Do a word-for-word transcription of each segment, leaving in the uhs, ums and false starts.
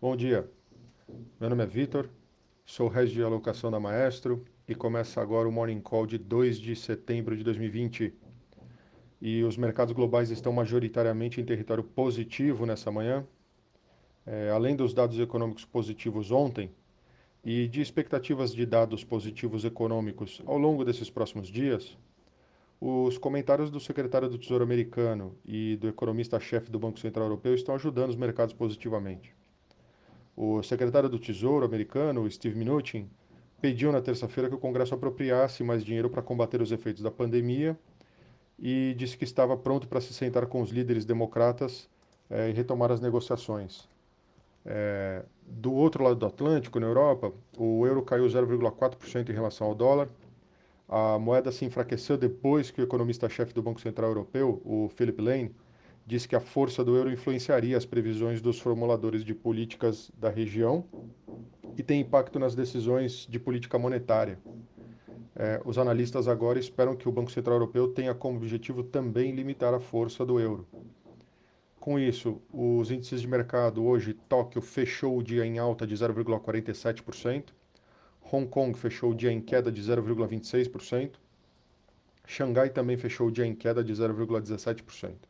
Bom dia, meu nome é Vitor, sou head de alocação da Maestro e começa agora o Morning Call de dois de setembro de dois mil e vinte. E os mercados globais estão majoritariamente em território positivo nessa manhã, é, além dos dados econômicos positivos ontem e de expectativas de dados positivos econômicos ao longo desses próximos dias. Os comentários do secretário do Tesouro americano e do economista-chefe do Banco Central Europeu estão ajudando os mercados positivamente. O secretário do Tesouro americano, Steve Mnuchin, pediu na terça-feira que o Congresso apropriasse mais dinheiro para combater os efeitos da pandemia e disse que estava pronto para se sentar com os líderes democratas eh, e retomar as negociações. Eh, do outro lado do Atlântico, na Europa, o euro caiu zero vírgula quatro por cento em relação ao dólar. A moeda se enfraqueceu depois que o economista-chefe do Banco Central Europeu, o Philip Lane, disse que a força do euro influenciaria as previsões dos formuladores de políticas da região e tem impacto nas decisões de política monetária. É, os analistas agora esperam que o Banco Central Europeu tenha como objetivo também limitar a força do euro. Com isso, os índices de mercado hoje, Tóquio fechou o dia em alta de zero vírgula quarenta e sete por cento, Hong Kong fechou o dia em queda de zero vírgula vinte e seis por cento, Xangai também fechou o dia em queda de zero vírgula dezessete por cento.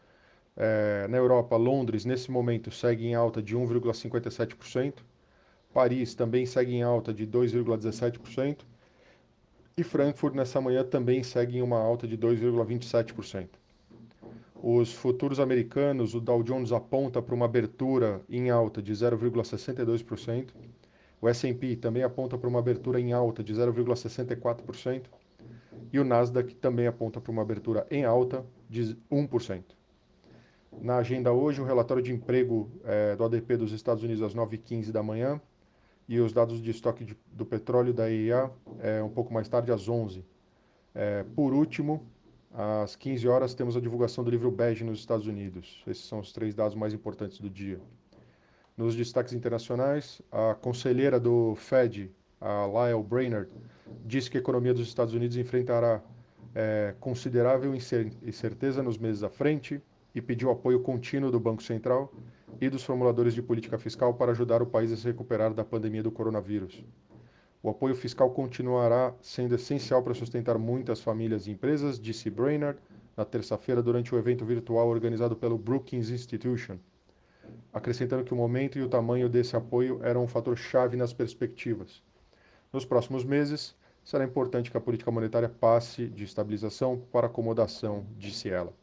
É, na Europa, Londres, nesse momento, segue em alta de um vírgula cinquenta e sete por cento, Paris também segue em alta de dois vírgula dezessete por cento e Frankfurt nessa manhã também segue em uma alta de dois vírgula vinte e sete por cento. Os futuros americanos, o Dow Jones aponta para uma abertura em alta de zero vírgula sessenta e dois por cento, o S e P também aponta para uma abertura em alta de zero vírgula sessenta e quatro por cento e o Nasdaq também aponta para uma abertura em alta de um por cento. Na agenda hoje, o relatório de emprego eh, do A D P dos Estados Unidos às nove e quinze da manhã, e os dados de estoque de, do petróleo da E I A é, um pouco mais tarde, às onze. É, por último, às quinze horas, temos a divulgação do livro bege nos Estados Unidos. Esses são os três dados mais importantes do dia. Nos destaques internacionais, a conselheira do Fed, a Lael Brainerd, disse que a economia dos Estados Unidos enfrentará é, considerável incerteza nos meses à frente e pediu apoio contínuo do Banco Central e dos formuladores de política fiscal para ajudar o país a se recuperar da pandemia do coronavírus. O apoio fiscal continuará sendo essencial para sustentar muitas famílias e empresas, disse Brainerd na terça-feira durante o evento virtual organizado pelo Brookings Institution, acrescentando que o momento e o tamanho desse apoio eram um fator chave nas perspectivas. Nos próximos meses, será importante que a política monetária passe de estabilização para acomodação, disse ela.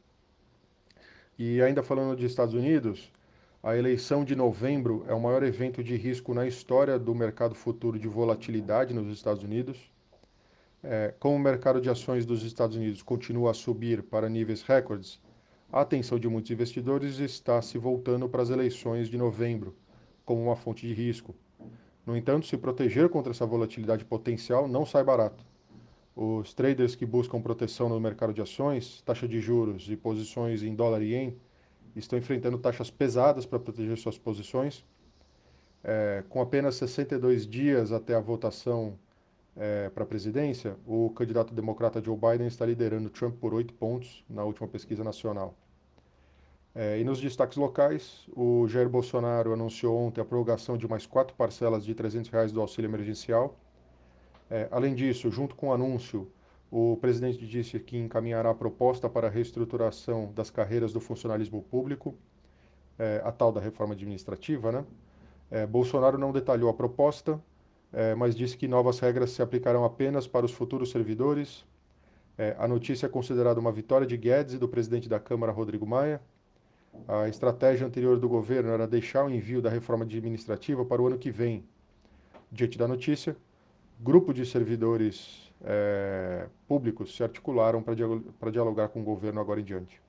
E ainda falando de Estados Unidos, a eleição de novembro é o maior evento de risco na história do mercado futuro de volatilidade nos Estados Unidos. É, como o mercado de ações dos Estados Unidos continua a subir para níveis recordes, a atenção de muitos investidores está se voltando para as eleições de novembro como uma fonte de risco. No entanto, se proteger contra essa volatilidade potencial não sai barato. Os traders que buscam proteção no mercado de ações, taxa de juros e posições em dólar e ien estão enfrentando taxas pesadas para proteger suas posições. É, com apenas sessenta e dois dias até a votação é, para a presidência, o candidato democrata Joe Biden está liderando Trump por oito pontos na última pesquisa nacional. É, e nos destaques locais, o Jair Bolsonaro anunciou ontem a prorrogação de mais quatro parcelas de trezentos reais do auxílio emergencial. É, além disso, junto com o anúncio, o presidente disse que encaminhará a proposta para a reestruturação das carreiras do funcionalismo público, é, a tal da reforma administrativa, né? É, Bolsonaro não detalhou a proposta, é, mas disse que novas regras se aplicarão apenas para os futuros servidores. É, a notícia é considerada uma vitória de Guedes e do presidente da Câmara, Rodrigo Maia. A estratégia anterior do governo era deixar o envio da reforma administrativa para o ano que vem. Diante da notícia, grupo de servidores é, públicos se articularam para dialogar com o governo agora em diante.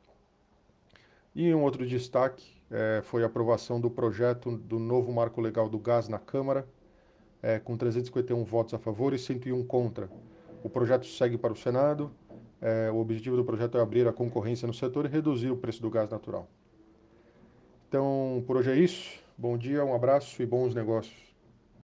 E um outro destaque é, foi a aprovação do projeto do novo marco legal do gás na Câmara, é, com trezentos e cinquenta e um votos a favor e cento e um contra. O projeto segue para o Senado. É, o objetivo do projeto é abrir a concorrência no setor e reduzir o preço do gás natural. Então, por hoje é isso. Bom dia, um abraço e bons negócios.